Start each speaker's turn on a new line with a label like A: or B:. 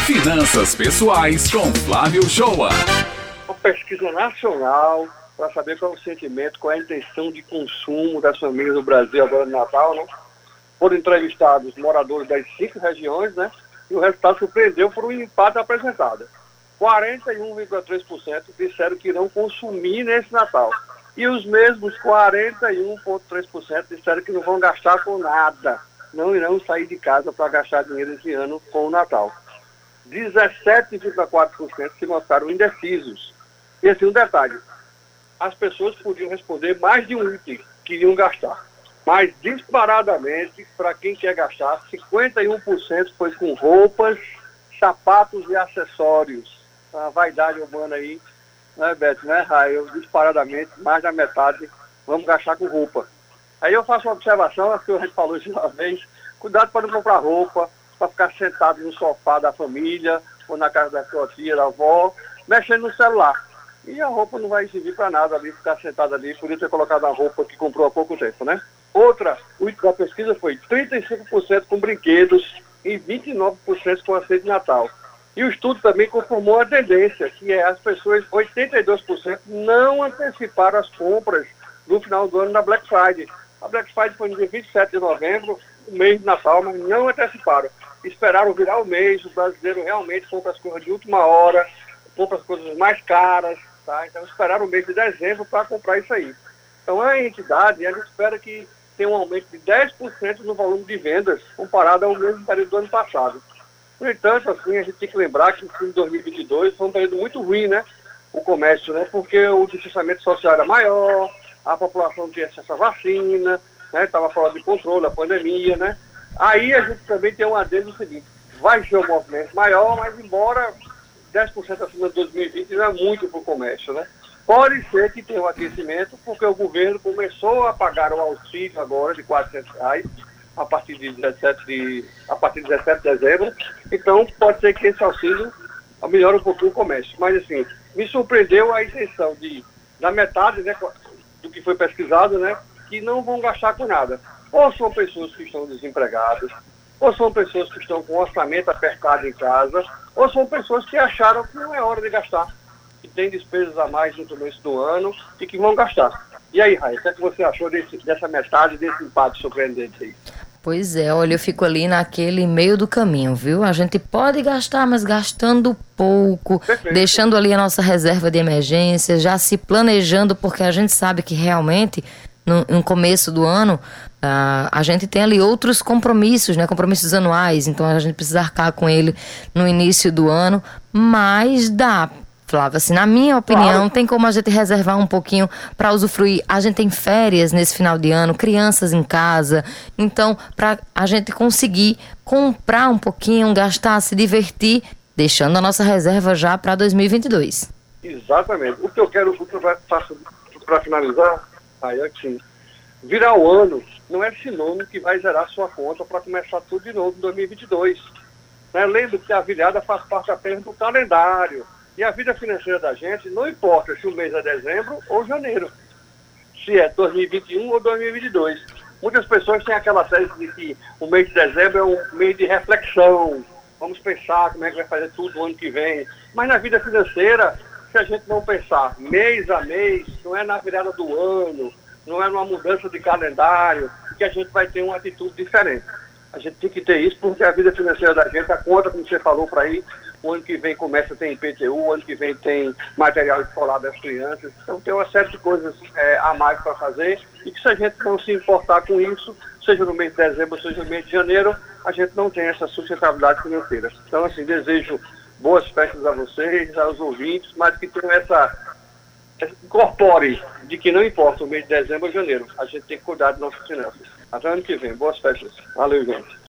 A: Finanças Pessoais com Flávio Shoa.
B: Uma pesquisa nacional para saber qual é o sentimento, qual é a intenção de consumo das famílias do Brasil agora no Natal, né? Foram entrevistados moradores das 5 regiões, né? E o resultado surpreendeu por um empate apresentado. 41,3% disseram que irão consumir nesse Natal. E os mesmos 41,3% disseram que não vão gastar com nada. Não irão sair de casa para gastar dinheiro esse ano com o Natal. 17,4% se mostraram indecisos. E assim, um detalhe. As pessoas podiam responder mais de um item que iriam gastar. Mas, disparadamente, para quem quer gastar, 51% foi com roupas, sapatos e acessórios. A vaidade humana aí, né, Beto, né, Raio? Disparadamente, mais da metade, vamos gastar com roupa. Aí eu faço uma observação, acho que a gente falou isso uma vez, cuidado para não comprar roupa, para ficar sentado no sofá da família, ou na casa da sua tia, da avó, mexendo no celular. E a roupa não vai servir para nada ali, ficar sentado ali, podia ter colocado a roupa que comprou há pouco tempo, né? Outra, o item da pesquisa foi 35% com brinquedos e 29% com a ceia de Natal. E o estudo também confirmou a tendência, que é as pessoas, 82%, não anteciparam as compras no final do ano da Black Friday. A Black Friday foi no dia 27 de novembro, o mês de Natal, mas não anteciparam. Esperaram virar o mês, o brasileiro realmente compra as coisas de última hora, compra as coisas mais caras, tá? Então esperaram o mês de dezembro para comprar isso aí. Então a entidade, ela espera que tenha um aumento de 10% no volume de vendas comparado ao mesmo período do ano passado. No entanto, assim, a gente tem que lembrar que em 2022 foi um período muito ruim, né? O comércio, né? Porque o distanciamento social era maior, a população não tinha acesso à vacina, né? Estava fora de controle, a pandemia, né? Aí a gente também tem um adendo seguinte, vai ser um movimento maior, mas embora 10% acima de 2020 não é muito para o comércio, né? Pode ser que tenha um aquecimento, porque o governo começou a pagar o auxílio agora de R$400 a partir de 17 de dezembro. Então, pode ser que esse auxílio melhore um pouquinho o comércio. Mas, assim, me surpreendeu a intenção da metade, né, do que foi pesquisado, né, que não vão gastar com nada. Ou são pessoas que estão desempregadas, ou são pessoas que estão com orçamento apertado em casa, ou são pessoas que acharam que não é hora de gastar, que tem despesas a mais no começo do ano e que vão gastar. E aí, Raia, o que é que você achou dessa metade, desse empate surpreendente aí?
C: Pois é, olha, eu fico ali naquele meio do caminho, viu? A gente pode gastar, mas gastando pouco,
B: Perfeito.
C: Deixando ali a nossa reserva de emergência, já se planejando, porque a gente sabe que realmente, no começo do ano, a gente tem ali outros compromissos, né? Compromissos anuais, então a gente precisa arcar com ele no início do ano, mas dá. Flávia, assim, na minha opinião,
B: Claro.
C: Tem como a gente reservar um pouquinho para usufruir. A gente tem férias nesse final de ano, crianças em casa. Então, para a gente conseguir comprar um pouquinho, gastar, se divertir, deixando a nossa reserva já para 2022.
B: Exatamente. O que eu faço para finalizar, aí é que virar o ano não é sinônimo que vai zerar sua conta para começar tudo de novo em 2022. Né? Lembre que a virada faz parte apenas do calendário. E a vida financeira da gente, não importa se o mês é dezembro ou janeiro, se é 2021 ou 2022. Muitas pessoas têm aquela tese de que o mês de dezembro é um mês de reflexão, vamos pensar como é que vai fazer tudo o ano que vem. Mas na vida financeira, se a gente não pensar mês a mês, não é na virada do ano, não é numa mudança de calendário, que a gente vai ter uma atitude diferente. A gente tem que ter isso porque a vida financeira da gente, a conta, como você falou por aí, o ano que vem começa, tem IPTU, o ano que vem tem material escolar das crianças. Então tem uma série de coisas a mais para fazer e que se a gente não se importar com isso, seja no mês de dezembro, seja no mês de janeiro, a gente não tem essa sustentabilidade financeira. Então, assim, desejo boas festas a vocês, aos ouvintes, mas que tenham incorpore de que não importa o mês de dezembro ou janeiro, a gente tem que cuidar de nossas finanças. Até ano que vem. Boas festas. Valeu, gente.